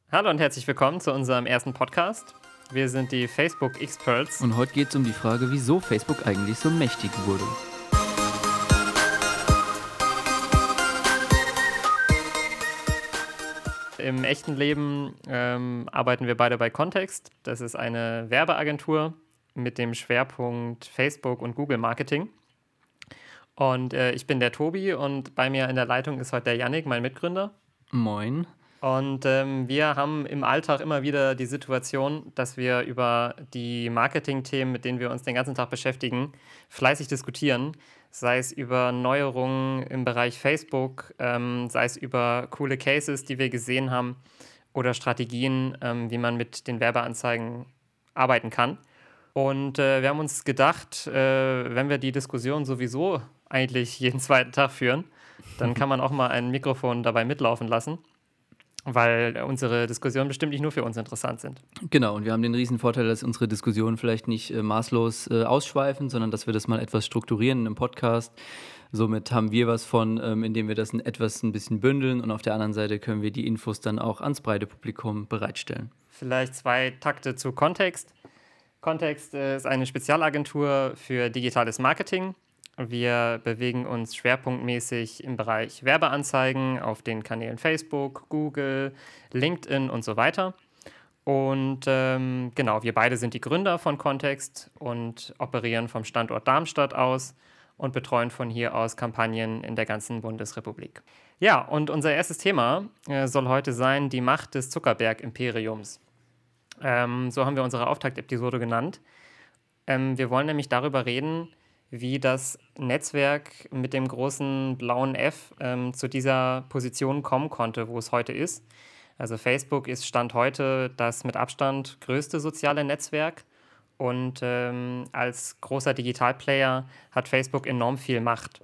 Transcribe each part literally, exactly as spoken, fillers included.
Hallo und herzlich willkommen zu unserem ersten Podcast. Wir sind die Facebook Experts. Und heute geht es um die Frage, wieso Facebook eigentlich so mächtig wurde. Im echten Leben ähm, arbeiten wir beide bei Context. Das ist eine Werbeagentur mit dem Schwerpunkt Facebook und Google Marketing. Und äh, ich bin der Tobi und bei mir in der Leitung ist heute der Yannick, mein Mitgründer. Moin. Und ähm, wir haben im Alltag immer wieder die Situation, dass wir über die Marketing-Themen, mit denen wir uns den ganzen Tag beschäftigen, fleißig diskutieren. Sei es über Neuerungen im Bereich Facebook, ähm, sei es über coole Cases, die wir gesehen haben, oder Strategien, ähm, wie man mit den Werbeanzeigen arbeiten kann. Und äh, wir haben uns gedacht, äh, wenn wir die Diskussion sowieso eigentlich jeden zweiten Tag führen, dann kann man auch mal ein Mikrofon dabei mitlaufen lassen, weil unsere Diskussionen bestimmt nicht nur für uns interessant sind. Genau, und wir haben den riesen Vorteil, dass unsere Diskussionen vielleicht nicht äh, maßlos äh, ausschweifen, sondern dass wir das mal etwas strukturieren im Podcast. Somit haben wir was von, ähm, indem wir das ein, etwas ein bisschen bündeln, und auf der anderen Seite können wir die Infos dann auch ans breite Publikum bereitstellen. Vielleicht zwei Takte zu Kontext. Kontext äh, ist eine Spezialagentur für digitales Marketing. Wir bewegen uns schwerpunktmäßig im Bereich Werbeanzeigen auf den Kanälen Facebook, Google, LinkedIn und so weiter. Und ähm, genau, wir beide sind die Gründer von Kontext und operieren vom Standort Darmstadt aus und betreuen von hier aus Kampagnen in der ganzen Bundesrepublik. Ja, und unser erstes Thema äh, soll heute sein, die Macht des Zuckerberg-Imperiums. Ähm, so haben wir unsere Auftaktepisode genannt. Ähm, wir wollen nämlich darüber reden, wie das Netzwerk mit dem großen blauen F ähm, zu dieser Position kommen konnte, wo es heute ist. Also Facebook ist Stand heute das mit Abstand größte soziale Netzwerk und ähm, als großer Digitalplayer hat Facebook enorm viel Macht.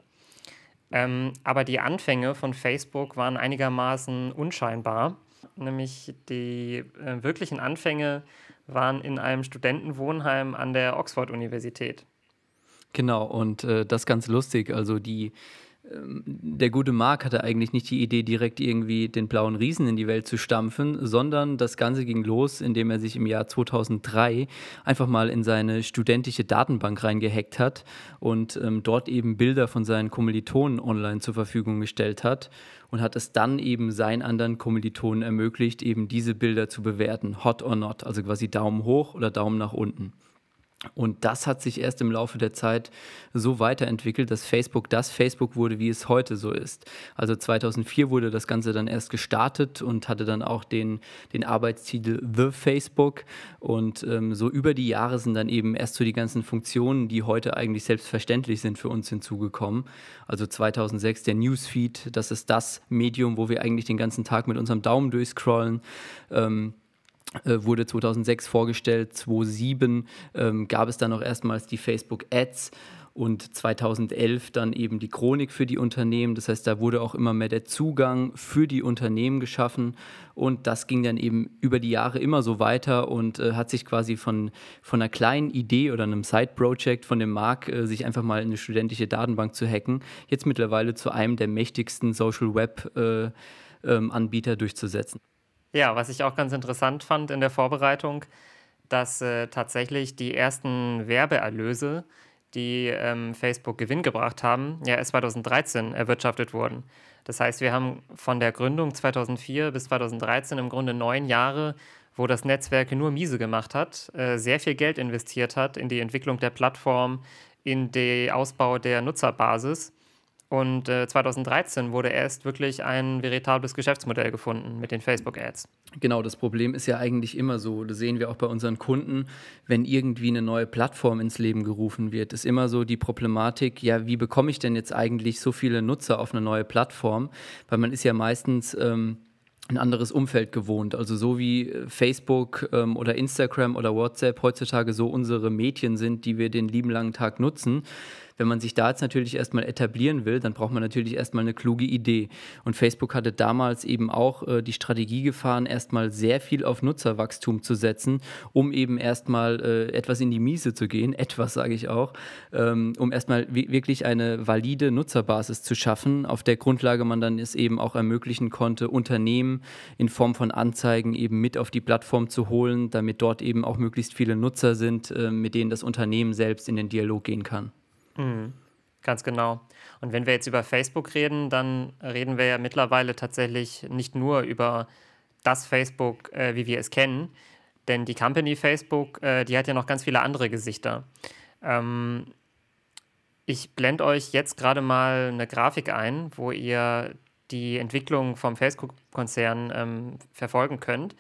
Ähm, aber die Anfänge von Facebook waren einigermaßen unscheinbar. Nämlich die äh, wirklichen Anfänge waren in einem Studentenwohnheim an der Oxford-Universität. Genau, und äh, das ist ganz lustig. Also die, ähm, der gute Mark hatte eigentlich nicht die Idee, direkt irgendwie den blauen Riesen in die Welt zu stampfen, sondern das Ganze ging los, indem er sich im Jahr zweitausenddrei einfach mal in seine studentische Datenbank reingehackt hat und ähm, dort eben Bilder von seinen Kommilitonen online zur Verfügung gestellt hat und hat es dann eben seinen anderen Kommilitonen ermöglicht, eben diese Bilder zu bewerten, hot or not, also quasi Daumen hoch oder Daumen nach unten. Und das hat sich erst im Laufe der Zeit so weiterentwickelt, dass Facebook das Facebook wurde, wie es heute so ist. Also zweitausendvier wurde das Ganze dann erst gestartet und hatte dann auch den, den Arbeitstitel The Facebook. Und ähm, so über die Jahre sind dann eben erst so die ganzen Funktionen, die heute eigentlich selbstverständlich sind, für uns hinzugekommen. Also zweitausendsechs der Newsfeed, das ist das Medium, wo wir eigentlich den ganzen Tag mit unserem Daumen durchscrollen. Ähm, wurde zweitausendsechs vorgestellt, zweitausendsieben ähm, gab es dann auch erstmals die Facebook Ads und zweitausendelf dann eben die Chronik für die Unternehmen. Das heißt, da wurde auch immer mehr der Zugang für die Unternehmen geschaffen und das ging dann eben über die Jahre immer so weiter und äh, hat sich quasi von, von einer kleinen Idee oder einem Side-Project von dem Mark, äh, sich einfach mal in eine studentische Datenbank zu hacken, jetzt mittlerweile zu einem der mächtigsten Social-Web-Anbieter äh, ähm, durchzusetzen. Ja, was ich auch ganz interessant fand in der Vorbereitung, dass äh, tatsächlich die ersten Werbeerlöse, die ähm, Facebook Gewinn gebracht haben, ja erst zweitausenddreizehn erwirtschaftet wurden. Das heißt, wir haben von der Gründung zweitausendvier bis zweitausenddreizehn im Grunde neun Jahre, wo das Netzwerk nur miese gemacht hat, äh, sehr viel Geld investiert hat in die Entwicklung der Plattform, in den Ausbau der Nutzerbasis. Und äh, zweitausenddreizehn wurde erst wirklich ein veritables Geschäftsmodell gefunden mit den Facebook-Ads. Genau, das Problem ist ja eigentlich immer so, das sehen wir auch bei unseren Kunden, wenn irgendwie eine neue Plattform ins Leben gerufen wird, ist immer so die Problematik, ja, wie bekomme ich denn jetzt eigentlich so viele Nutzer auf eine neue Plattform? Weil man ist ja meistens ähm, ein anderes Umfeld gewohnt. Also so wie Facebook ähm, oder Instagram oder WhatsApp heutzutage so unsere Medien sind, die wir den lieben langen Tag nutzen, Wenn man sich da jetzt natürlich erstmal etablieren will, dann braucht man natürlich erstmal eine kluge Idee. Und Facebook hatte damals eben auch äh, die Strategie gefahren, erstmal sehr viel auf Nutzerwachstum zu setzen, um eben erstmal äh, etwas in die Miese zu gehen, etwas sage ich auch, ähm, um erstmal wi- wirklich eine valide Nutzerbasis zu schaffen, auf der Grundlage man dann es eben auch ermöglichen konnte, Unternehmen in Form von Anzeigen eben mit auf die Plattform zu holen, damit dort eben auch möglichst viele Nutzer sind, äh, mit denen das Unternehmen selbst in den Dialog gehen kann. Mhm. Ganz genau. Und wenn wir jetzt über Facebook reden, dann reden wir ja mittlerweile tatsächlich nicht nur über das Facebook, äh, wie wir es kennen, denn die Company Facebook, äh, die hat ja noch ganz viele andere Gesichter. Ähm, ich blende euch jetzt gerade mal eine Grafik ein, wo ihr die Entwicklung vom Facebook-Konzern ähm, verfolgen könnt.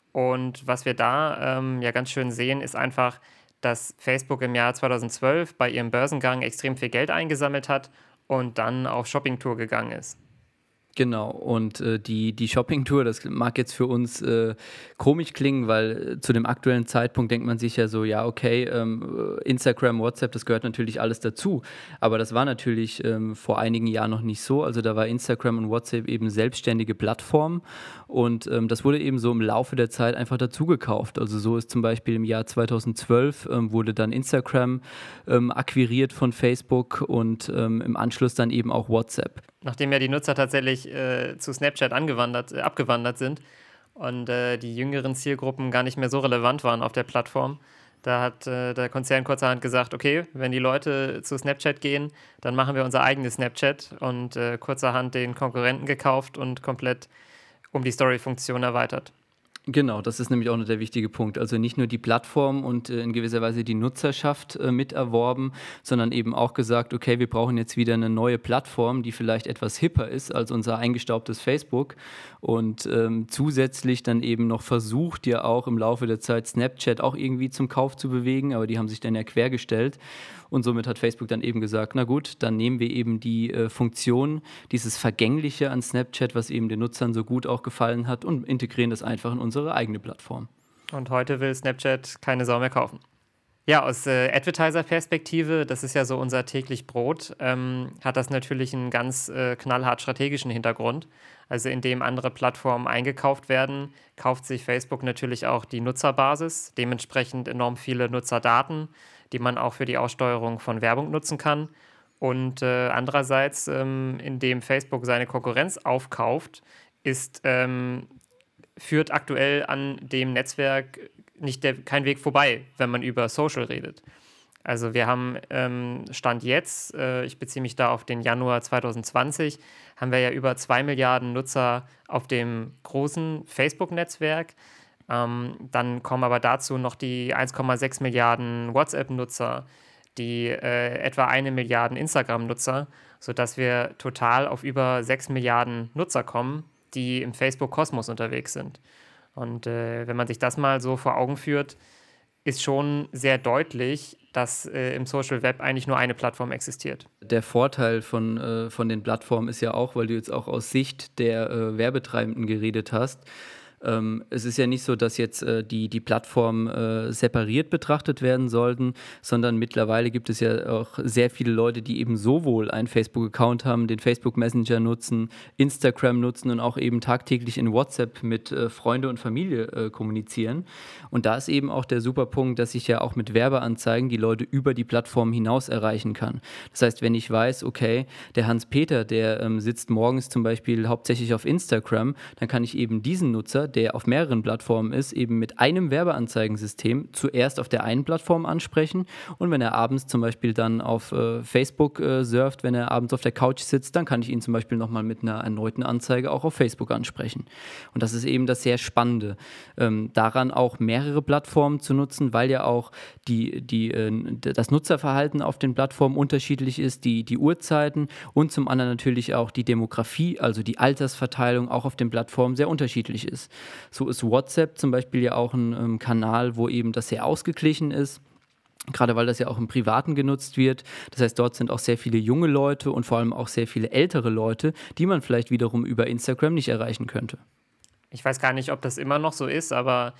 Und was wir da ähm, ja ganz schön sehen, ist einfach, dass Facebook im Jahr zweitausendzwölf bei ihrem Börsengang extrem viel Geld eingesammelt hat und dann auf Shoppingtour gegangen ist. Genau, und äh, die, die Shopping-Tour, das mag jetzt für uns äh, komisch klingen, weil äh, zu dem aktuellen Zeitpunkt denkt man sich ja so, ja, okay, ähm, Instagram, WhatsApp, das gehört natürlich alles dazu. Aber das war natürlich ähm, vor einigen Jahren noch nicht so. Also da war Instagram und WhatsApp eben selbstständige Plattformen und ähm, das wurde eben so im Laufe der Zeit einfach dazugekauft. Also so ist zum Beispiel im Jahr zweitausendzwölf ähm, wurde dann Instagram ähm, akquiriert von Facebook und ähm, im Anschluss dann eben auch WhatsApp. Nachdem ja die Nutzer tatsächlich äh, zu Snapchat angewandert, äh, abgewandert sind und äh, die jüngeren Zielgruppen gar nicht mehr so relevant waren auf der Plattform, da hat äh, der Konzern kurzerhand gesagt, okay, wenn die Leute zu Snapchat gehen, dann machen wir unser eigenes Snapchat und äh, kurzerhand den Konkurrenten gekauft und komplett um die Story-Funktion erweitert. Genau, das ist nämlich auch noch der wichtige Punkt. Also nicht nur die Plattform und äh, in gewisser Weise die Nutzerschaft äh, mit erworben, sondern eben auch gesagt, okay, wir brauchen jetzt wieder eine neue Plattform, die vielleicht etwas hipper ist als unser eingestaubtes Facebook und ähm, zusätzlich dann eben noch versucht, ja auch im Laufe der Zeit Snapchat auch irgendwie zum Kauf zu bewegen, aber die haben sich dann ja quergestellt. Und somit hat Facebook dann eben gesagt, na gut, dann nehmen wir eben die äh, Funktion, dieses Vergängliche an Snapchat, was eben den Nutzern so gut auch gefallen hat und integrieren das einfach in unsere eigene Plattform. Und heute will Snapchat keine Sau mehr kaufen. Ja, aus äh, Advertiser-Perspektive, das ist ja so unser täglich Brot, ähm, hat das natürlich einen ganz äh, knallhart strategischen Hintergrund. Also indem andere Plattformen eingekauft werden, kauft sich Facebook natürlich auch die Nutzerbasis, dementsprechend enorm viele Nutzerdaten, die man auch für die Aussteuerung von Werbung nutzen kann. Und äh, andererseits, ähm, indem Facebook seine Konkurrenz aufkauft, ist, ähm, führt aktuell an dem Netzwerk nicht der, kein Weg vorbei, wenn man über Social redet. Also wir haben ähm, Stand jetzt, äh, ich beziehe mich da auf den Januar zweitausendzwanzig, haben wir ja über zwei Milliarden Nutzer auf dem großen Facebook-Netzwerk. Ähm, dann kommen aber dazu noch die eins Komma sechs Milliarden WhatsApp-Nutzer, die äh, etwa eine Milliarde Instagram-Nutzer, sodass wir total auf über sechs Milliarden Nutzer kommen, die im Facebook-Kosmos unterwegs sind. Und äh, wenn man sich das mal so vor Augen führt, ist schon sehr deutlich, dass äh, im Social Web eigentlich nur eine Plattform existiert. Der Vorteil von, äh, von den Plattformen ist ja auch, weil du jetzt auch aus Sicht der äh, Werbetreibenden geredet hast, ähm, es ist ja nicht so, dass jetzt äh, die, die Plattformen äh, separiert betrachtet werden sollten, sondern mittlerweile gibt es ja auch sehr viele Leute, die eben sowohl einen Facebook-Account haben, den Facebook Messenger nutzen, Instagram nutzen und auch eben tagtäglich in WhatsApp mit äh, Freunde und Familie äh, kommunizieren. Und da ist eben auch der super Punkt, dass ich ja auch mit Werbeanzeigen die Leute über die Plattform hinaus erreichen kann. Das heißt, wenn ich weiß, okay, der Hans-Peter, der ähm, sitzt morgens zum Beispiel hauptsächlich auf Instagram, dann kann ich eben diesen Nutzer, der auf mehreren Plattformen ist, eben mit einem Werbeanzeigensystem zuerst auf der einen Plattform ansprechen und wenn er abends zum Beispiel dann auf äh, Facebook äh, surft, wenn er abends auf der Couch sitzt, dann kann ich ihn zum Beispiel nochmal mit einer erneuten Anzeige auch auf Facebook ansprechen. Und das ist eben das sehr Spannende, ähm, daran auch mehrere Plattformen zu nutzen, weil ja auch die, die, äh, das Nutzerverhalten auf den Plattformen unterschiedlich ist, die, die Uhrzeiten und zum anderen natürlich auch die Demografie, also die Altersverteilung auch auf den Plattformen sehr unterschiedlich ist. So ist WhatsApp zum Beispiel ja auch ein ähm, Kanal, wo eben das sehr ausgeglichen ist. Gerade weil das ja auch im Privaten genutzt wird. Das heißt, dort sind auch sehr viele junge Leute und vor allem auch sehr viele ältere Leute, die man vielleicht wiederum über Instagram nicht erreichen könnte. Ich weiß gar nicht, ob das immer noch so ist, aber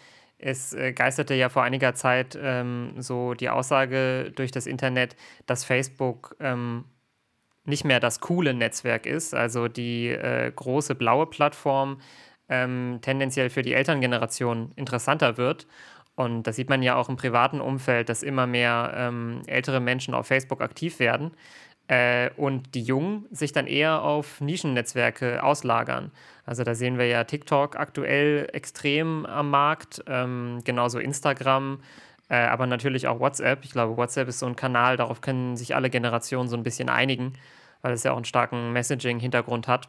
Es äh, geisterte ja vor einiger Zeit ähm, so die Aussage durch das Internet, dass Facebook ähm, nicht mehr das coole Netzwerk ist, also die äh, große blaue Plattform ähm, tendenziell für die Elterngeneration interessanter wird. Und das sieht man ja auch im privaten Umfeld, dass immer mehr ähm, ältere Menschen auf Facebook aktiv werden äh, und die Jungen sich dann eher auf Nischennetzwerke auslagern. Also da sehen wir ja TikTok aktuell extrem am Markt, ähm, genauso Instagram, äh, aber natürlich auch WhatsApp. Ich glaube, WhatsApp ist so ein Kanal, darauf können sich alle Generationen so ein bisschen einigen, weil es ja auch einen starken Messaging-Hintergrund hat.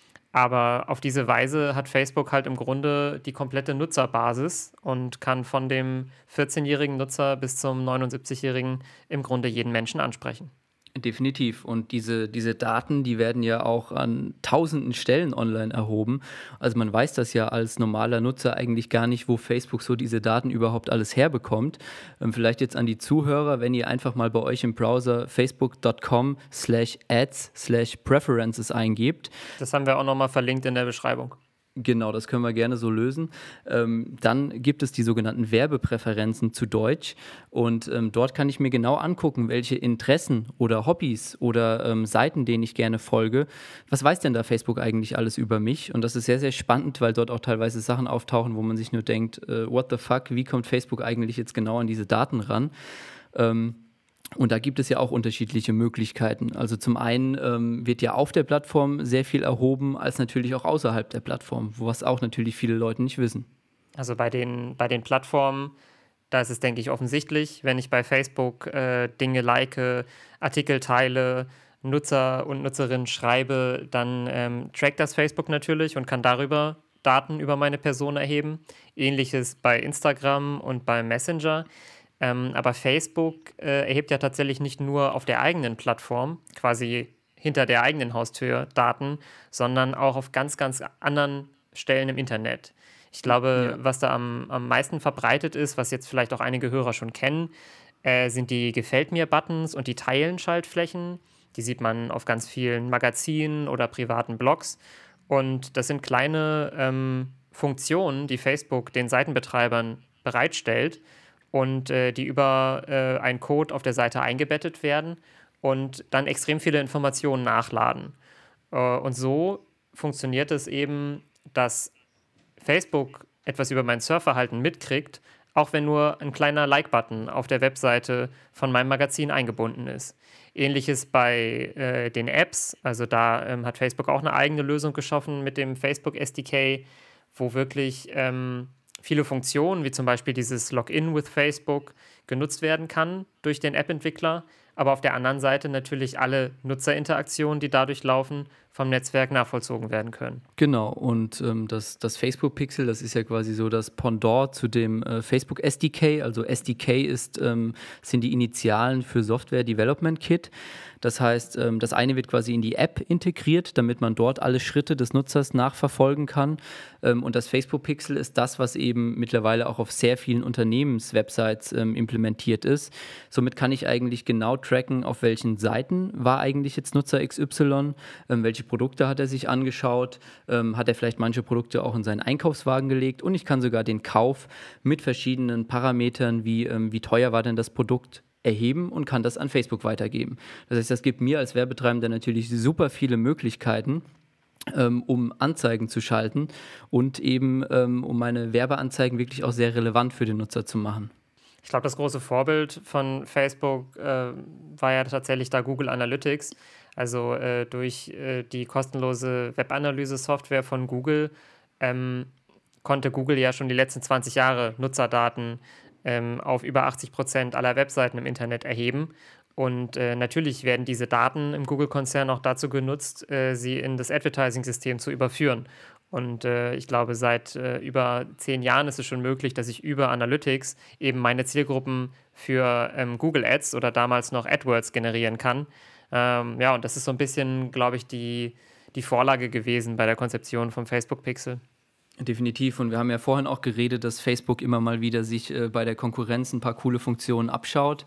Aber auf diese Weise hat Facebook halt im Grunde die komplette Nutzerbasis und kann von dem vierzehnjährigen Nutzer bis zum neunundsiebzigjährigen im Grunde jeden Menschen ansprechen. Definitiv. Und diese, diese Daten, die werden ja auch an tausenden Stellen online erhoben. Also man weiß das ja als normaler Nutzer eigentlich gar nicht, wo Facebook so diese Daten überhaupt alles herbekommt. Ähm, vielleicht jetzt an die Zuhörer, wenn ihr einfach mal bei euch im Browser facebook.com slash ads slash preferences eingebt. Das haben wir auch nochmal verlinkt in der Beschreibung. Genau, das können wir gerne so lösen. Ähm, dann gibt es die sogenannten Werbepräferenzen zu Deutsch und ähm, dort kann ich mir genau angucken, welche Interessen oder Hobbys oder ähm, Seiten, denen ich gerne folge. Was weiß denn da Facebook eigentlich alles über mich? Und das ist sehr, sehr spannend, weil dort auch teilweise Sachen auftauchen, wo man sich nur denkt, äh, what the fuck, wie kommt Facebook eigentlich jetzt genau an diese Daten ran? Ähm, Und da gibt es ja auch unterschiedliche Möglichkeiten. Also zum einen ähm, wird ja auf der Plattform sehr viel erhoben, als natürlich auch außerhalb der Plattform, was auch natürlich viele Leute nicht wissen. Also bei den, bei den Plattformen, da ist es, denke ich, offensichtlich, wenn ich bei Facebook äh, Dinge like, Artikel teile, Nutzer und Nutzerinnen schreibe, dann ähm, trackt das Facebook natürlich und kann darüber Daten über meine Person erheben. Ähnliches bei Instagram und beim Messenger. Ähm, aber Facebook äh, erhebt ja tatsächlich nicht nur auf der eigenen Plattform, quasi hinter der eigenen Haustür Daten, sondern auch auf ganz, ganz anderen Stellen im Internet. Ich glaube, Ja. was da am, am meisten verbreitet ist, was jetzt vielleicht auch einige Hörer schon kennen, äh, sind die Gefällt mir-Buttons und die Teilen-Schaltflächen. Die sieht man auf ganz vielen Magazinen oder privaten Blogs. Und das sind kleine ähm, Funktionen, die Facebook den Seitenbetreibern bereitstellt und äh, die über äh, einen Code auf der Seite eingebettet werden und dann extrem viele Informationen nachladen. Äh, und so funktioniert es eben, dass Facebook etwas über mein Surfverhalten mitkriegt, auch wenn nur ein kleiner Like-Button auf der Webseite von meinem Magazin eingebunden ist. Ähnliches bei äh, den Apps, also da ähm, hat Facebook auch eine eigene Lösung geschaffen mit dem Facebook S D K, wo wirklich ähm, viele Funktionen, wie zum Beispiel dieses Login with Facebook, genutzt werden kann durch den App-Entwickler, aber auf der anderen Seite natürlich alle Nutzerinteraktionen, die dadurch laufen, vom Netzwerk nachvollzogen werden können. Genau, und ähm, das, das Facebook-Pixel, das ist ja quasi so das Pendant zu dem äh, Facebook S D K. Also S D K ist, ähm, sind die Initialen für Software Development Kit. Das heißt, ähm, das eine wird quasi in die App integriert, damit man dort alle Schritte des Nutzers nachverfolgen kann. Ähm, und das Facebook-Pixel ist das, was eben mittlerweile auch auf sehr vielen Unternehmenswebsites ähm, implementiert ist. Somit kann ich eigentlich genau tracken, auf welchen Seiten war eigentlich jetzt Nutzer X Y, ähm, welche Produkte hat er sich angeschaut, ähm, hat er vielleicht manche Produkte auch in seinen Einkaufswagen gelegt und ich kann sogar den Kauf mit verschiedenen Parametern, wie, ähm, wie teuer war denn das Produkt, erheben und kann das an Facebook weitergeben. Das heißt, das gibt mir als Werbetreibender natürlich super viele Möglichkeiten, ähm, um Anzeigen zu schalten und eben ähm, um meine Werbeanzeigen wirklich auch sehr relevant für den Nutzer zu machen. Ich glaube, das große Vorbild von Facebook äh, war ja tatsächlich da Google Analytics. Also äh, durch äh, die kostenlose Webanalyse-Software von Google ähm, konnte Google ja schon die letzten zwanzig Jahre Nutzerdaten ähm, auf über achtzig Prozent aller Webseiten im Internet erheben. Und äh, natürlich werden diese Daten im Google-Konzern auch dazu genutzt, äh, sie in das Advertising-System zu überführen. Und äh, ich glaube, seit äh, über zehn Jahren ist es schon möglich, dass ich über Analytics eben meine Zielgruppen für ähm, Google Ads oder damals noch AdWords generieren kann. Ähm, ja, und das ist so ein bisschen, glaube ich, die, die Vorlage gewesen bei der Konzeption vom Facebook-Pixel. Definitiv. Und wir haben ja vorhin auch geredet, dass Facebook immer mal wieder sich äh, bei der Konkurrenz ein paar coole Funktionen abschaut.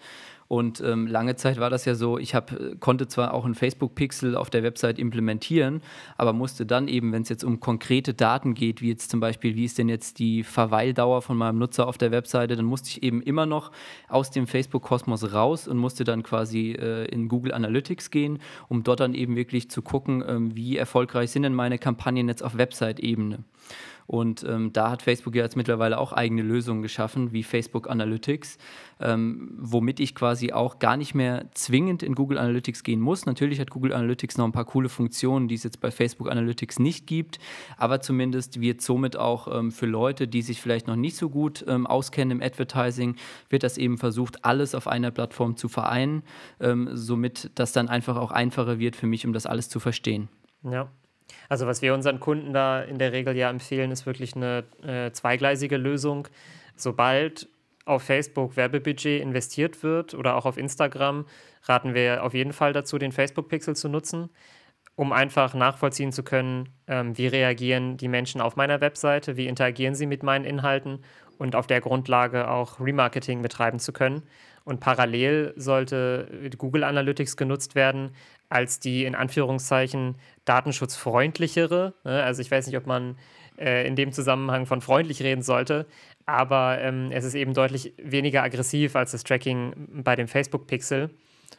Und ähm, lange Zeit war das ja so, ich hab, konnte zwar auch einen Facebook-Pixel auf der Website implementieren, aber musste dann eben, wenn es jetzt um konkrete Daten geht, wie jetzt zum Beispiel, wie ist denn jetzt die Verweildauer von meinem Nutzer auf der Webseite, dann musste ich eben immer noch aus dem Facebook-Kosmos raus und musste dann quasi äh, in Google Analytics gehen, um dort dann eben wirklich zu gucken, ähm, wie erfolgreich sind denn meine Kampagnen jetzt auf Website-Ebene. Und ähm, da hat Facebook ja jetzt mittlerweile auch eigene Lösungen geschaffen, wie Facebook Analytics, ähm, womit ich quasi auch gar nicht mehr zwingend in Google Analytics gehen muss. Natürlich hat Google Analytics noch ein paar coole Funktionen, die es jetzt bei Facebook Analytics nicht gibt, aber zumindest wird somit auch ähm, für Leute, die sich vielleicht noch nicht so gut ähm, auskennen im Advertising, wird das eben versucht, alles auf einer Plattform zu vereinen, ähm, somit das dann einfach auch einfacher wird für mich, um das alles zu verstehen. Ja. Also was wir unseren Kunden da in der Regel ja empfehlen, ist wirklich eine äh, zweigleisige Lösung. Sobald auf Facebook Werbebudget investiert wird oder auch auf Instagram, raten wir auf jeden Fall dazu, den Facebook-Pixel zu nutzen, um einfach nachvollziehen zu können, ähm, wie reagieren die Menschen auf meiner Webseite, wie interagieren sie mit meinen Inhalten und auf der Grundlage auch Remarketing betreiben zu können. Und parallel sollte Google Analytics genutzt werden als die in Anführungszeichen datenschutzfreundlichere. Ne? Also ich weiß nicht, ob man äh, in dem Zusammenhang von freundlich reden sollte, aber ähm, es ist eben deutlich weniger aggressiv als das Tracking bei dem Facebook-Pixel.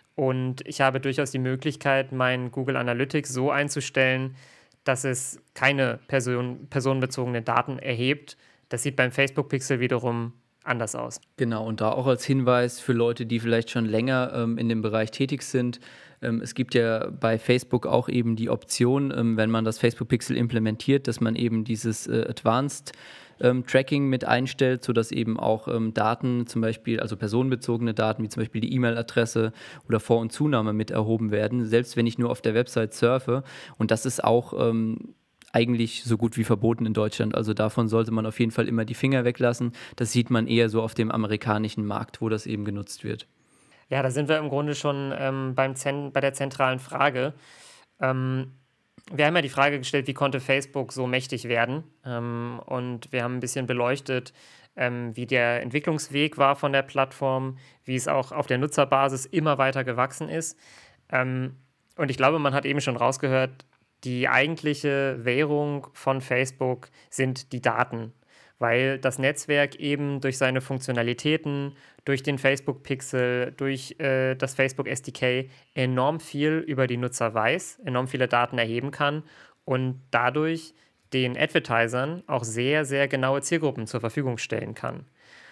Und ich habe durchaus die Möglichkeit, mein Google Analytics so einzustellen, dass es keine Person, personenbezogenen Daten erhebt. Das sieht beim Facebook-Pixel wiederum anders aus. Genau, und da auch als Hinweis für Leute, die vielleicht schon länger ähm, in dem Bereich tätig sind. Ähm, es gibt ja bei Facebook auch eben die Option, ähm, wenn man das Facebook-Pixel implementiert, dass man eben dieses äh, Advanced ähm, Tracking mit einstellt, sodass eben auch ähm, Daten, zum Beispiel, also personenbezogene Daten, wie zum Beispiel die E-Mail-Adresse oder Vor- und Zunahme mit erhoben werden, selbst wenn ich nur auf der Website surfe. Und das ist auch ähm, eigentlich so gut wie verboten in Deutschland. Also davon sollte man auf jeden Fall immer die Finger weglassen. Das sieht man eher so auf dem amerikanischen Markt, wo das eben genutzt wird. Ja, da sind wir im Grunde schon ähm, beim Zen- bei der zentralen Frage. Ähm, wir haben ja die Frage gestellt, wie konnte Facebook so mächtig werden? Ähm, und wir haben ein bisschen beleuchtet, ähm, wie der Entwicklungsweg war von der Plattform, wie es auch auf der Nutzerbasis immer weiter gewachsen ist. Ähm, und ich glaube, man hat eben schon rausgehört, die eigentliche Währung von Facebook sind die Daten, weil das Netzwerk eben durch seine Funktionalitäten, durch den Facebook-Pixel, durch äh, das Facebook S D K enorm viel über die Nutzer weiß, enorm viele Daten erheben kann und dadurch den Advertisern auch sehr, sehr genaue Zielgruppen zur Verfügung stellen kann.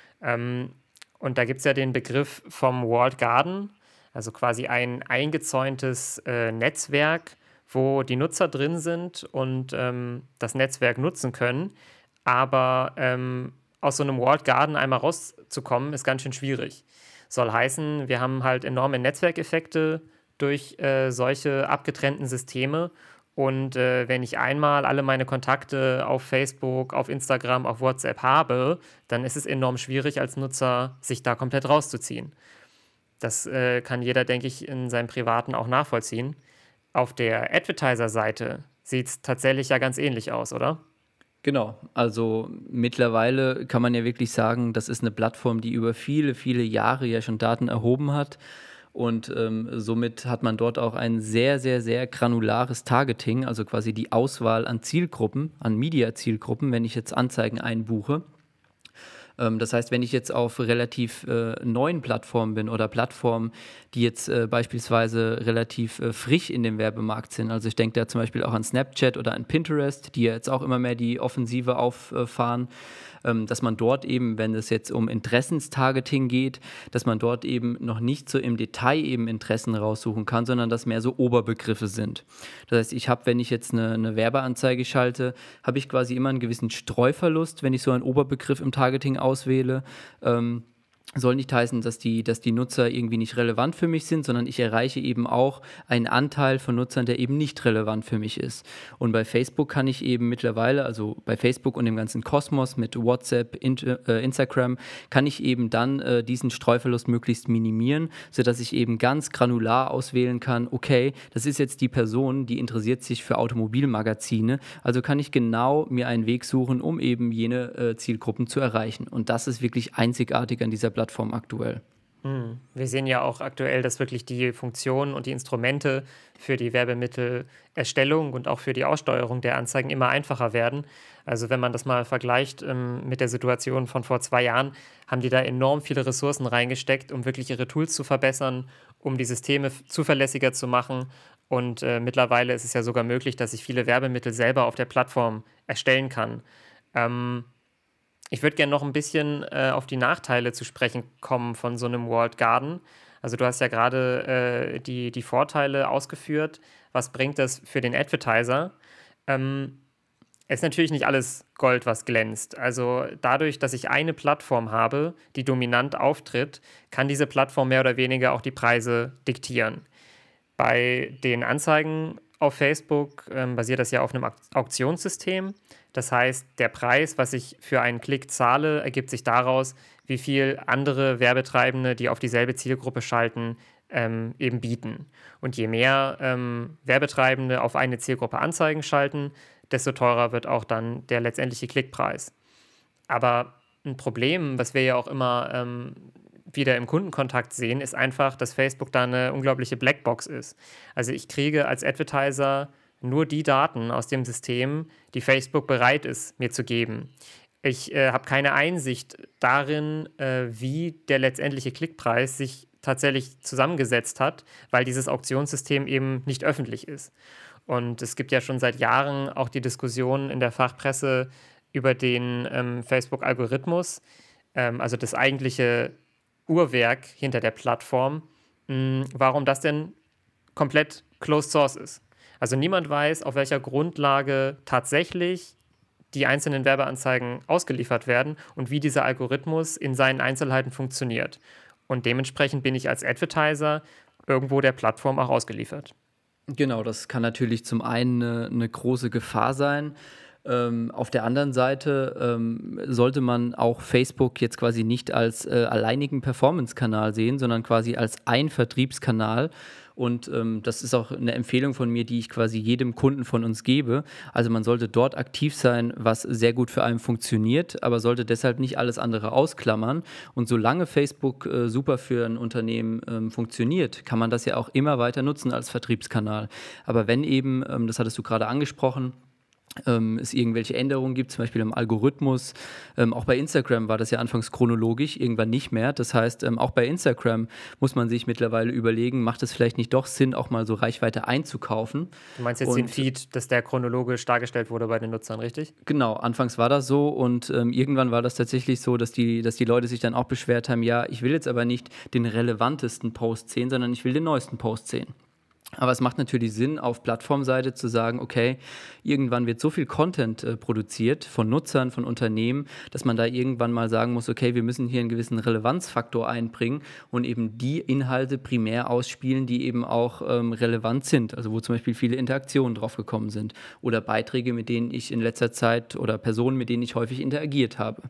Ähm, und da gibt es ja den Begriff vom Walled Garden, also quasi ein eingezäuntes äh, Netzwerk, wo die Nutzer drin sind und ähm, das Netzwerk nutzen können. Aber ähm, aus so einem Walled Garden einmal rauszukommen, ist ganz schön schwierig. Soll heißen, wir haben halt enorme Netzwerkeffekte durch äh, solche abgetrennten Systeme. Und äh, wenn ich einmal alle meine Kontakte auf Facebook, auf Instagram, auf WhatsApp habe, dann ist es enorm schwierig als Nutzer, sich da komplett rauszuziehen. Das äh, kann jeder, denke ich, in seinem Privaten auch nachvollziehen. Auf der Advertiser-Seite sieht es tatsächlich ja ganz ähnlich aus, oder? Genau, also mittlerweile kann man ja wirklich sagen, das ist eine Plattform, die über viele, viele Jahre ja schon Daten erhoben hat. Und ähm, somit hat man dort auch ein sehr, sehr, sehr granulares Targeting, also quasi die Auswahl an Zielgruppen, an Media-Zielgruppen, wenn ich jetzt Anzeigen einbuche. Ähm, das heißt, wenn ich jetzt auf relativ äh, neuen Plattformen bin oder Plattformen, die jetzt äh, beispielsweise relativ äh, frisch in dem Werbemarkt sind, also ich denke da zum Beispiel auch an Snapchat oder an Pinterest, die ja jetzt auch immer mehr die Offensive auffahren, ähm, dass man dort eben, wenn es jetzt um Interessenstargeting geht, dass man dort eben noch nicht so im Detail eben Interessen raussuchen kann, sondern dass mehr so Oberbegriffe sind. Das heißt, ich habe, wenn ich jetzt eine, eine Werbeanzeige schalte, habe ich quasi immer einen gewissen Streuverlust, wenn ich so einen Oberbegriff im Targeting auswähle. Ähm, soll nicht heißen, dass die, dass die Nutzer irgendwie nicht relevant für mich sind, sondern ich erreiche eben auch einen Anteil von Nutzern, der eben nicht relevant für mich ist. Und bei Facebook kann ich eben mittlerweile, also bei Facebook und dem ganzen Kosmos mit WhatsApp, in, äh, Instagram, kann ich eben dann äh, diesen Streuverlust möglichst minimieren, sodass ich eben ganz granular auswählen kann, okay, das ist jetzt die Person, die interessiert sich für Automobilmagazine, also kann ich genau mir einen Weg suchen, um eben jene äh, Zielgruppen zu erreichen. Und das ist wirklich einzigartig an dieser Plattform aktuell. Mhm. Wir sehen ja auch aktuell, dass wirklich die Funktionen und die Instrumente für die Werbemittelerstellung und auch für die Aussteuerung der Anzeigen immer einfacher werden. Also wenn man das mal vergleicht ähm, mit der Situation von vor zwei Jahren, haben die da enorm viele Ressourcen reingesteckt, um wirklich ihre Tools zu verbessern, um die Systeme f- zuverlässiger zu machen. Und äh, mittlerweile ist es ja sogar möglich, dass ich viele Werbemittel selber auf der Plattform erstellen kann. Ähm, Ich würde gerne noch ein bisschen äh, auf die Nachteile zu sprechen kommen von so einem Walled Garden. Also du hast ja gerade äh, die, die Vorteile ausgeführt. Was bringt das für den Advertiser? Ähm, Es ist natürlich nicht alles Gold, was glänzt. Also dadurch, dass ich eine Plattform habe, die dominant auftritt, kann diese Plattform mehr oder weniger auch die Preise diktieren. Bei den Anzeigen auf Facebook ähm, basiert das ja auf einem Auk- Auktionssystem. Das heißt, der Preis, was ich für einen Klick zahle, ergibt sich daraus, wie viel andere Werbetreibende, die auf dieselbe Zielgruppe schalten, ähm, eben bieten. Und je mehr ähm, Werbetreibende auf eine Zielgruppe Anzeigen schalten, desto teurer wird auch dann der letztendliche Klickpreis. Aber ein Problem, was wir ja auch immer ähm, wieder im Kundenkontakt sehen, ist einfach, dass Facebook da eine unglaubliche Blackbox ist. Also ich kriege als Advertiser nur die Daten aus dem System, die Facebook bereit ist, mir zu geben. Ich äh, habe keine Einsicht darin, äh, wie der letztendliche Klickpreis sich tatsächlich zusammengesetzt hat, weil dieses Auktionssystem eben nicht öffentlich ist. Und es gibt ja schon seit Jahren auch die Diskussion in der Fachpresse über den ähm, Facebook-Algorithmus, ähm, also das eigentliche Uhrwerk hinter der Plattform, mh, warum das denn komplett closed source ist. Also niemand weiß, auf welcher Grundlage tatsächlich die einzelnen Werbeanzeigen ausgeliefert werden und wie dieser Algorithmus in seinen Einzelheiten funktioniert. Und dementsprechend bin ich als Advertiser irgendwo der Plattform auch ausgeliefert. Genau, das kann natürlich zum einen eine 'ne große Gefahr sein. Ähm, auf der anderen Seite, ähm, sollte man auch Facebook jetzt quasi nicht als, äh, alleinigen Performance-Kanal sehen, sondern quasi als ein Vertriebskanal. Und, ähm, das ist auch eine Empfehlung von mir, die ich quasi jedem Kunden von uns gebe. Also, man sollte dort aktiv sein, was sehr gut für einen funktioniert, aber sollte deshalb nicht alles andere ausklammern. Und solange Facebook, äh, super für ein Unternehmen, ähm, funktioniert, kann man das ja auch immer weiter nutzen als Vertriebskanal. Aber wenn eben, ähm, das hattest du gerade angesprochen, ähm, es irgendwelche Änderungen gibt, zum Beispiel im Algorithmus. Ähm, auch bei Instagram war das ja anfangs chronologisch, irgendwann nicht mehr. Das heißt, ähm, auch bei Instagram muss man sich mittlerweile überlegen, macht es vielleicht nicht doch Sinn, auch mal so Reichweite einzukaufen? Du meinst jetzt den Und Feed, dass der chronologisch dargestellt wurde bei den Nutzern, richtig? genau, anfangs war das so und ähm, irgendwann war das tatsächlich so, dass die, dass die Leute sich dann auch beschwert haben, ja, ich will jetzt aber nicht den relevantesten Post sehen, sondern ich will den neuesten Post sehen. Aber es macht natürlich Sinn, auf Plattformseite zu sagen, okay, irgendwann wird so viel Content äh, produziert von Nutzern, von Unternehmen, dass man da irgendwann mal sagen muss, okay, wir müssen hier einen gewissen Relevanzfaktor einbringen und eben die Inhalte primär ausspielen, die eben auch ähm, relevant sind, also wo zum Beispiel viele Interaktionen drauf gekommen sind oder Beiträge, mit denen ich in letzter Zeit oder Personen, mit denen ich häufig interagiert habe.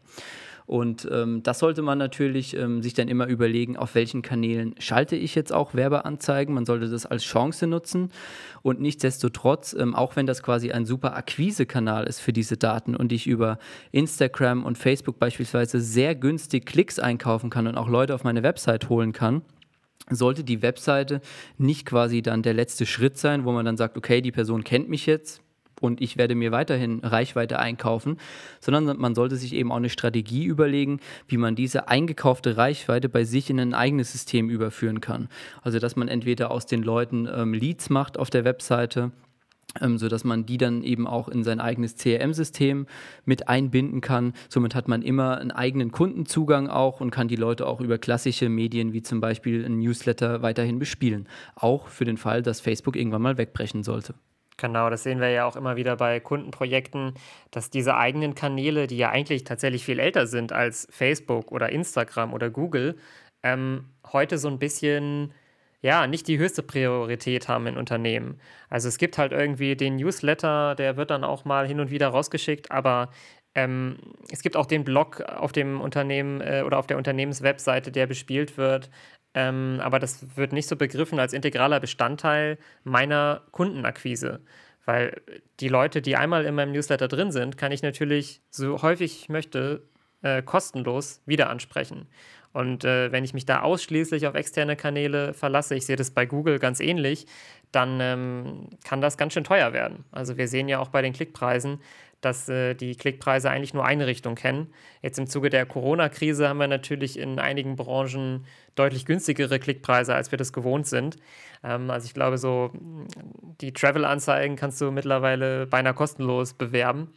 Und ähm, das sollte man natürlich ähm, sich dann immer überlegen, auf welchen Kanälen schalte ich jetzt auch Werbeanzeigen. Man sollte das als Chance nutzen und nichtsdestotrotz, ähm, auch wenn das quasi ein super Akquisekanal ist für diese Daten und ich über Instagram und Facebook beispielsweise sehr günstig Klicks einkaufen kann und auch Leute auf meine Website holen kann, sollte die Webseite nicht quasi dann der letzte Schritt sein, wo man dann sagt, okay, die Person kennt mich jetzt und ich werde mir weiterhin Reichweite einkaufen, sondern man sollte sich eben auch eine Strategie überlegen, wie man diese eingekaufte Reichweite bei sich in ein eigenes System überführen kann. Also dass man entweder aus den Leuten ähm, Leads macht auf der Webseite, ähm, sodass man die dann eben auch in sein eigenes C R M-System mit einbinden kann. Somit hat man immer einen eigenen Kundenzugang auch und kann die Leute auch über klassische Medien wie zum Beispiel ein Newsletter weiterhin bespielen. Auch für den Fall, dass Facebook irgendwann mal wegbrechen sollte. Genau, das sehen wir ja auch immer wieder bei Kundenprojekten, dass diese eigenen Kanäle, die ja eigentlich tatsächlich viel älter sind als Facebook oder Instagram oder Google, ähm, heute so ein bisschen, ja, nicht die höchste Priorität haben in Unternehmen. Also es gibt halt irgendwie den Newsletter, der wird dann auch mal hin und wieder rausgeschickt, aber ähm, es gibt auch den Blog auf dem Unternehmen äh, oder auf der Unternehmenswebseite, der bespielt wird. Ähm, aber das wird nicht so begriffen als integraler Bestandteil meiner Kundenakquise. Weil die Leute, die einmal in meinem Newsletter drin sind, kann ich natürlich so häufig ich möchte äh, kostenlos wieder ansprechen. Und äh, wenn ich mich da ausschließlich auf externe Kanäle verlasse, ich sehe das bei Google ganz ähnlich, dann ähm, kann das ganz schön teuer werden. Also wir sehen ja auch bei den Klickpreisen, dass äh, die Klickpreise eigentlich nur eine Richtung kennen. Jetzt im Zuge der Corona-Krise haben wir natürlich in einigen Branchen deutlich günstigere Klickpreise, als wir das gewohnt sind. Ähm, also ich glaube, so die Travel-Anzeigen kannst du mittlerweile beinahe kostenlos bewerben.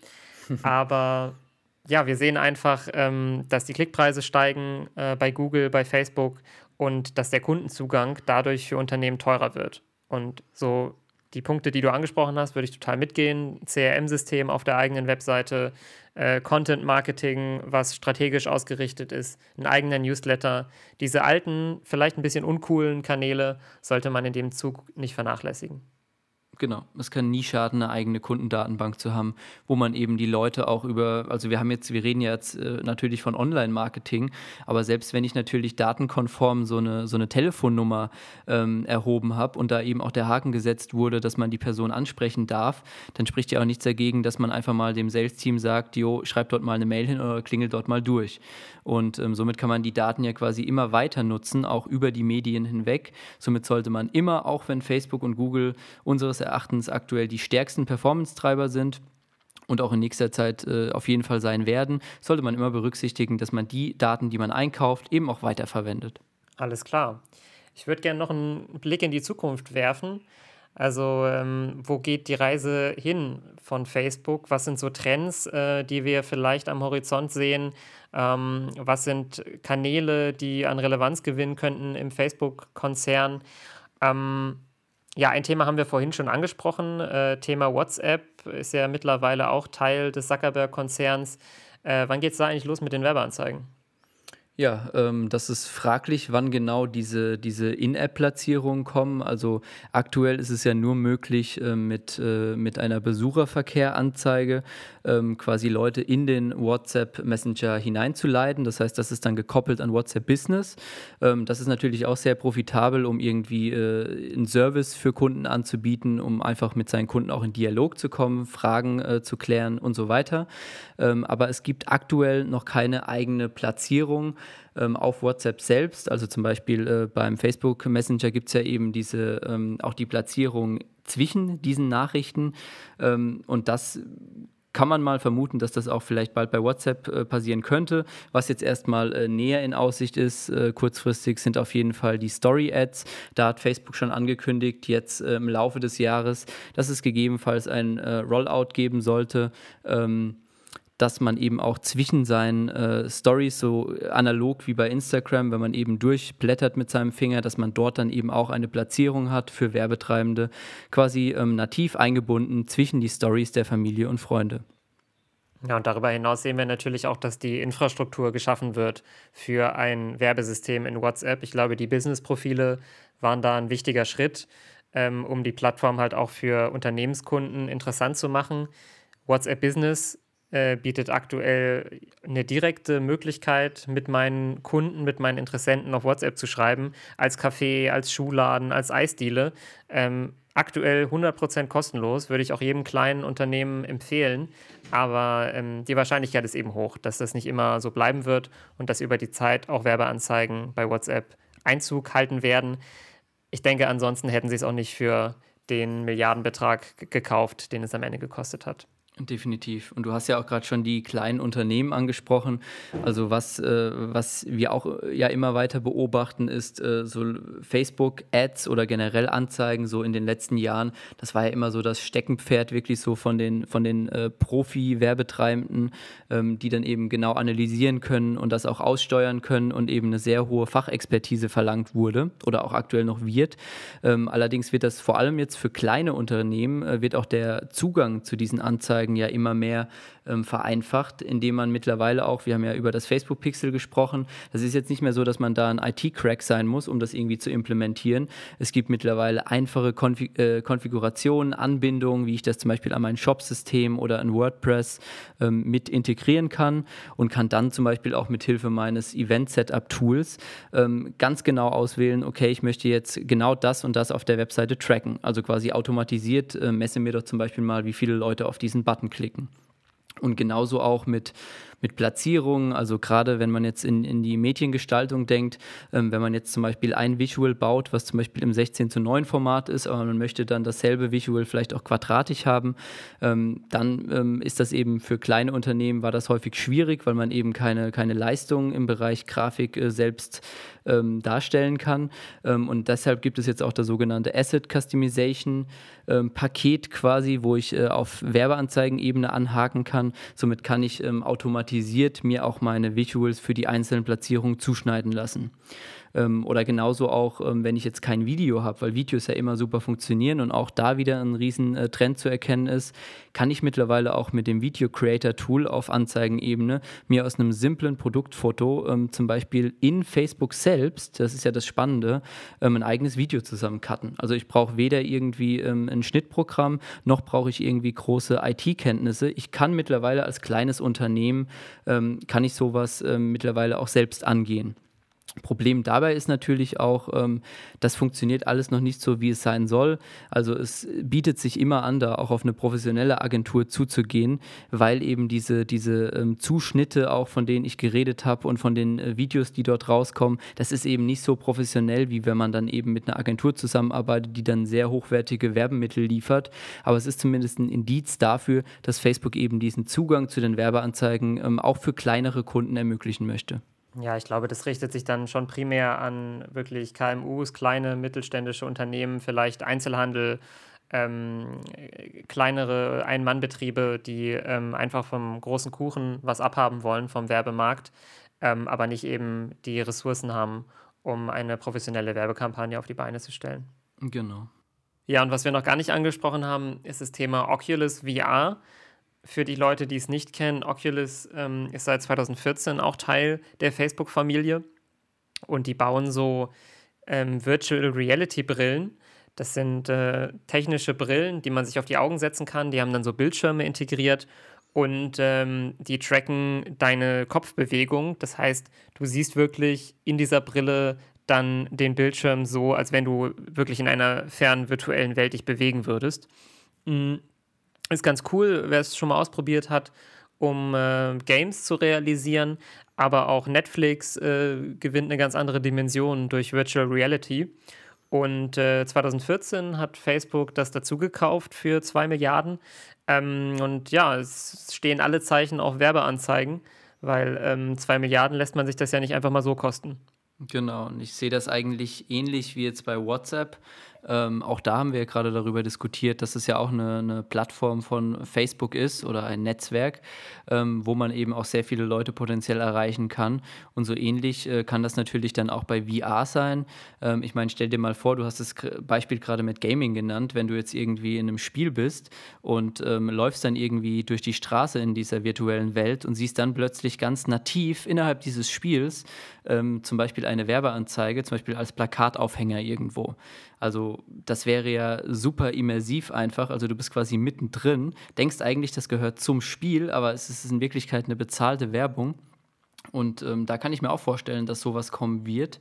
Aber ja, wir sehen einfach, ähm, dass die Klickpreise steigen äh, bei Google, bei Facebook und dass der Kundenzugang dadurch für Unternehmen teurer wird. Und so die Punkte, die du angesprochen hast, würde ich total mitgehen. C R M-System auf der eigenen Webseite, äh, Content-Marketing, was strategisch ausgerichtet ist, ein eigener Newsletter. Diese alten, vielleicht ein bisschen uncoolen Kanäle sollte man in dem Zug nicht vernachlässigen. Genau, es kann nie schaden, eine eigene Kundendatenbank zu haben, wo man eben die Leute auch über, also wir haben jetzt, wir reden ja jetzt äh, natürlich von Online-Marketing, aber selbst wenn ich natürlich datenkonform so eine, so eine Telefonnummer ähm, erhoben habe und da eben auch der Haken gesetzt wurde, dass man die Person ansprechen darf, dann spricht ja auch nichts dagegen, dass man einfach mal dem Sales-Team sagt, jo, schreib dort mal eine Mail hin oder klingel dort mal durch. Und ähm, somit kann man die Daten ja quasi immer weiter nutzen, auch über die Medien hinweg. Somit sollte man immer, auch wenn Facebook und Google unseres Erachtens aktuell die stärksten Performance-Treiber sind und auch in nächster Zeit äh, auf jeden Fall sein werden, sollte man immer berücksichtigen, dass man die Daten, die man einkauft, eben auch weiterverwendet. Alles klar. Ich würde gerne noch einen Blick in die Zukunft werfen. Also ähm, wo geht die Reise hin von Facebook? Was sind so Trends, äh, die wir vielleicht am Horizont sehen? Ähm, was sind Kanäle, die an Relevanz gewinnen könnten im Facebook-Konzern? Ähm, ja, ein Thema haben wir vorhin schon angesprochen. Äh, Thema WhatsApp ist ja mittlerweile auch Teil des Zuckerberg-Konzerns. Äh, wann geht es da eigentlich los mit den Werbeanzeigen? Ja, ähm, das ist fraglich, wann genau diese, diese In-App-Platzierungen kommen. Also aktuell ist es ja nur möglich, äh, mit, äh, mit einer Besucherverkehranzeige ähm, quasi Leute in den WhatsApp-Messenger hineinzuleiten. Das heißt, das ist dann gekoppelt an WhatsApp Business. Ähm, das ist natürlich auch sehr profitabel, um irgendwie äh, einen Service für Kunden anzubieten, um einfach mit seinen Kunden auch in Dialog zu kommen, Fragen äh, zu klären und so weiter. Ähm, aber es gibt aktuell noch keine eigene Platzierung ähm, auf WhatsApp selbst. Also zum Beispiel äh, beim Facebook Messenger gibt es ja eben diese, ähm, auch die Platzierung zwischen diesen Nachrichten. Ähm, und das kann man mal vermuten, dass das auch vielleicht bald bei WhatsApp äh, passieren könnte. Was jetzt erstmal äh, näher in Aussicht ist, äh, kurzfristig, sind auf jeden Fall die Story-Ads. Da hat Facebook schon angekündigt, jetzt äh, im Laufe des Jahres, dass es gegebenenfalls ein äh, Rollout geben sollte, ähm, dass man eben auch zwischen seinen äh, Stories, so analog wie bei Instagram, wenn man eben durchblättert mit seinem Finger, dass man dort dann eben auch eine Platzierung hat für Werbetreibende, quasi ähm, nativ eingebunden zwischen die Stories der Familie und Freunde. Ja, und darüber hinaus sehen wir natürlich auch, dass die Infrastruktur geschaffen wird für ein Werbesystem in WhatsApp. Ich glaube, die Business-Profile waren da ein wichtiger Schritt, ähm, um die Plattform halt auch für Unternehmenskunden interessant zu machen. WhatsApp Business äh, bietet aktuell eine direkte Möglichkeit, mit meinen Kunden, mit meinen Interessenten auf WhatsApp zu schreiben, als Café, als Schuhladen, als Eisdiele. Ähm, aktuell hundert Prozent kostenlos, würde ich auch jedem kleinen Unternehmen empfehlen. Aber ähm, die Wahrscheinlichkeit ist eben hoch, dass das nicht immer so bleiben wird und dass über die Zeit auch Werbeanzeigen bei WhatsApp Einzug halten werden. Ich denke, ansonsten hätten sie es auch nicht für den Milliardenbetrag g- gekauft, den es am Ende gekostet hat. Definitiv. Und du hast ja auch gerade schon die kleinen Unternehmen angesprochen. Also was, äh, was wir auch äh, ja immer weiter beobachten, ist äh, so Facebook-Ads oder generell Anzeigen so in den letzten Jahren. Das war ja immer so das Steckenpferd wirklich so von den, von den äh, Profi-Werbetreibenden, ähm, die dann eben genau analysieren können und das auch aussteuern können und eben eine sehr hohe Fachexpertise verlangt wurde oder auch aktuell noch wird. Ähm, allerdings wird das vor allem jetzt für kleine Unternehmen, äh, wird auch der Zugang zu diesen Anzeigen ja immer mehr ähm, vereinfacht, indem man mittlerweile auch, wir haben ja über das Facebook-Pixel gesprochen, das ist jetzt nicht mehr so, dass man da ein I T-Crack sein muss, um das irgendwie zu implementieren. Es gibt mittlerweile einfache Konfig- äh, Konfigurationen, Anbindungen, wie ich das zum Beispiel an mein Shop-System oder an WordPress ähm, mit integrieren kann und kann dann zum Beispiel auch mit Hilfe meines Event-Setup-Tools ähm, ganz genau auswählen, okay, ich möchte jetzt genau das und das auf der Webseite tracken. Also quasi automatisiert, äh, messe mir doch zum Beispiel mal, wie viele Leute auf diesen Button klicken. Und genauso auch mit mit Platzierungen, also gerade wenn man jetzt in, in die Mediengestaltung denkt, ähm, wenn man jetzt zum Beispiel ein Visual baut, was zum Beispiel im sechzehn zu neun Format ist, aber man möchte dann dasselbe Visual vielleicht auch quadratisch haben, ähm, dann ähm, ist das eben für kleine Unternehmen war das häufig schwierig, weil man eben keine, keine Leistung im Bereich Grafik äh, selbst ähm, darstellen kann. Ähm, und deshalb gibt es jetzt auch das sogenannte Asset Customization ähm, Paket quasi, wo ich äh, auf Werbeanzeigenebene anhaken kann. Somit kann ich ähm, automatisiert mir auch meine Visuals für die einzelnen Platzierungen zuschneiden lassen. Ähm, oder genauso auch, ähm, wenn ich jetzt kein Video habe, weil Videos ja immer super funktionieren und auch da wieder ein riesen äh, Trend zu erkennen ist, kann ich mittlerweile auch mit dem Video Creator Tool auf Anzeigenebene mir aus einem simplen Produktfoto ähm, zum Beispiel in Facebook selbst, das ist ja das Spannende, ähm, ein eigenes Video zusammen cutten. Also ich brauche weder irgendwie ähm, ein Schnittprogramm, noch brauche ich irgendwie große I T-Kenntnisse. Ich kann mittlerweile als kleines Unternehmen, ähm, kann ich sowas ähm, mittlerweile auch selbst angehen. Problem dabei ist natürlich auch, ähm, das funktioniert alles noch nicht so, wie es sein soll. Also es bietet sich immer an, da auch auf eine professionelle Agentur zuzugehen, weil eben diese, diese ähm, Zuschnitte auch, von denen ich geredet habe und von den äh, Videos, die dort rauskommen, das ist eben nicht so professionell, wie wenn man dann eben mit einer Agentur zusammenarbeitet, die dann sehr hochwertige Werbemittel liefert. Aber es ist zumindest ein Indiz dafür, dass Facebook eben diesen Zugang zu den Werbeanzeigen ähm, auch für kleinere Kunden ermöglichen möchte. Ja, ich glaube, das richtet sich dann schon primär an wirklich K M Us, kleine mittelständische Unternehmen, vielleicht Einzelhandel, ähm, äh, kleinere Ein-Mann-Betriebe, die ähm, einfach vom großen Kuchen was abhaben wollen vom Werbemarkt, ähm, aber nicht eben die Ressourcen haben, um eine professionelle Werbekampagne auf die Beine zu stellen. Genau. Ja, und was wir noch gar nicht angesprochen haben, ist das Thema Oculus V R. Für die Leute, die es nicht kennen, Oculus ähm, ist seit zwanzig vierzehn auch Teil der Facebook-Familie und die bauen so ähm, Virtual Reality Brillen. Das sind äh, technische Brillen, die man sich auf die Augen setzen kann. Die haben dann so Bildschirme integriert und ähm, die tracken deine Kopfbewegung. Das heißt, du siehst wirklich in dieser Brille dann den Bildschirm so, als wenn du wirklich in einer fernen virtuellen Welt dich bewegen würdest. Mhm. Ist ganz cool, wer es schon mal ausprobiert hat, um äh, Games zu realisieren. Aber auch Netflix äh, gewinnt eine ganz andere Dimension durch Virtual Reality. Und äh, zwanzig vierzehn hat Facebook das dazu gekauft für zwei Milliarden. Ähm, und ja, es stehen alle Zeichen auf Werbeanzeigen, weil ähm, zwei Milliarden lässt man sich das ja nicht einfach mal so kosten. Genau, und ich sehe das eigentlich ähnlich wie jetzt bei WhatsApp. Ähm, auch da haben wir ja gerade darüber diskutiert, dass es ja auch eine, eine Plattform von Facebook ist oder ein Netzwerk, ähm, wo man eben auch sehr viele Leute potenziell erreichen kann. Und so ähnlich äh, kann das natürlich dann auch bei V R sein. Ähm, ich meine, stell dir mal vor, du hast das K- Beispiel gerade mit Gaming genannt, wenn du jetzt irgendwie in einem Spiel bist und ähm, läufst dann irgendwie durch die Straße in dieser virtuellen Welt und siehst dann plötzlich ganz nativ innerhalb dieses Spiels ähm, zum Beispiel eine Werbeanzeige, zum Beispiel als Plakataufhänger irgendwo. Also das wäre ja super immersiv einfach. Also du bist quasi mittendrin, denkst eigentlich, das gehört zum Spiel, aber es ist in Wirklichkeit eine bezahlte Werbung. Und ähm, da kann ich mir auch vorstellen, dass sowas kommen wird.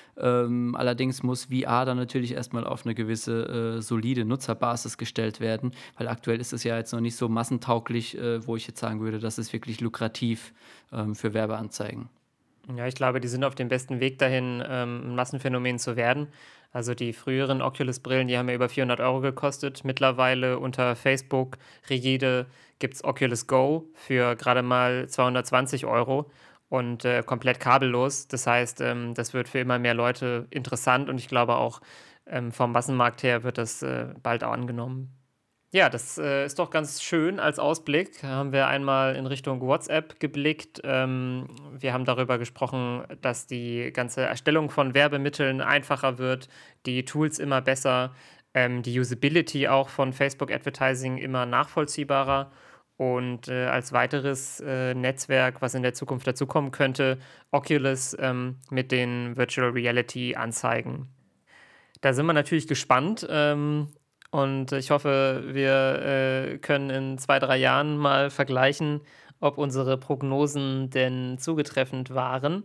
Ähm, allerdings muss V R dann natürlich erstmal auf eine gewisse äh, solide Nutzerbasis gestellt werden, weil aktuell ist es ja jetzt noch nicht so massentauglich, äh, wo ich jetzt sagen würde, das ist wirklich lukrativ ähm, für Werbeanzeigen. Ja, ich glaube, die sind auf dem besten Weg dahin, ähm, ein Massenphänomen zu werden. Also die früheren Oculus-Brillen, die haben ja über vierhundert Euro gekostet. Mittlerweile unter Facebook rigide gibt es Oculus Go für gerade mal zweihundertzwanzig Euro und äh, komplett kabellos. Das heißt, ähm, das wird für immer mehr Leute interessant und ich glaube auch ähm, vom Massenmarkt her wird das äh, bald auch angenommen. Ja, das äh, ist doch ganz schön als Ausblick. Haben wir einmal in Richtung WhatsApp geblickt. Ähm, wir haben darüber gesprochen, dass die ganze Erstellung von Werbemitteln einfacher wird, die Tools immer besser, ähm, die Usability auch von Facebook Advertising immer nachvollziehbarer. Und äh, als weiteres äh, Netzwerk, was in der Zukunft dazukommen könnte, Oculus ähm, mit den Virtual Reality Anzeigen. Da sind wir natürlich gespannt. Ähm, und ich hoffe, wir äh, können in zwei, drei Jahren mal vergleichen, ob unsere Prognosen denn zugetreffend waren.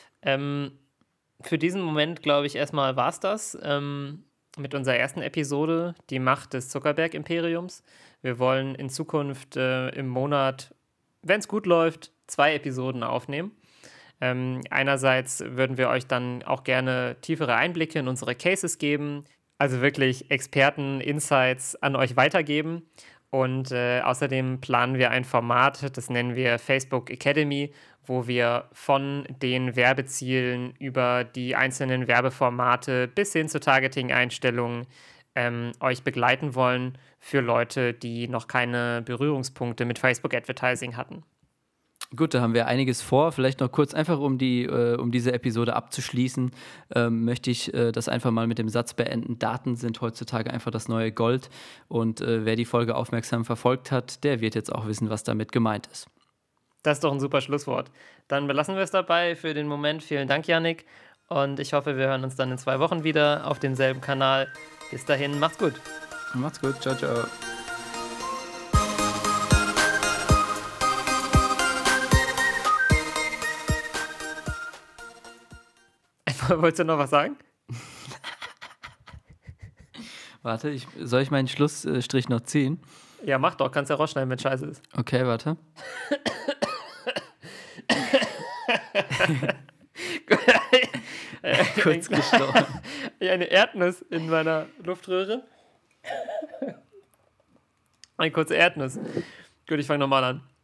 Ähm, für diesen Moment, glaube ich, erstmal war es das ähm, mit unserer ersten Episode, die Macht des Zuckerberg-Imperiums. Wir wollen in Zukunft äh, im Monat, wenn es gut läuft, zwei Episoden aufnehmen. Ähm, einerseits würden wir euch dann auch gerne tiefere Einblicke in unsere Cases geben, also wirklich Experten-Insights an euch weitergeben. Und äh, außerdem planen wir ein Format, das nennen wir Facebook Academy, wo wir von den Werbezielen über die einzelnen Werbeformate bis hin zu Targeting-Einstellungen ähm, euch begleiten wollen für Leute, die noch keine Berührungspunkte mit Facebook Advertising hatten. Gut, da haben wir einiges vor. Vielleicht noch kurz einfach, um, die, äh, um diese Episode abzuschließen, ähm, möchte ich äh, das einfach mal mit dem Satz beenden. Daten sind heutzutage einfach das neue Gold. Und äh, wer die Folge aufmerksam verfolgt hat, der wird jetzt auch wissen, was damit gemeint ist. Das ist doch ein super Schlusswort. Dann belassen wir es dabei für den Moment. Vielen Dank, Yannick. Und ich hoffe, wir hören uns dann in zwei Wochen wieder auf demselben Kanal. Bis dahin, macht's gut. Macht's gut. Ciao, ciao. Wolltest du noch was sagen? Warte, ich, soll ich meinen Schlussstrich noch ziehen? Ja, mach doch. Kannst ja rausschneiden, wenn scheiße ist. Okay, warte. Kurz gestorben. Eine Erdnuss in meiner Luftröhre. Eine kurze Erdnuss. Gut, ich fange nochmal an.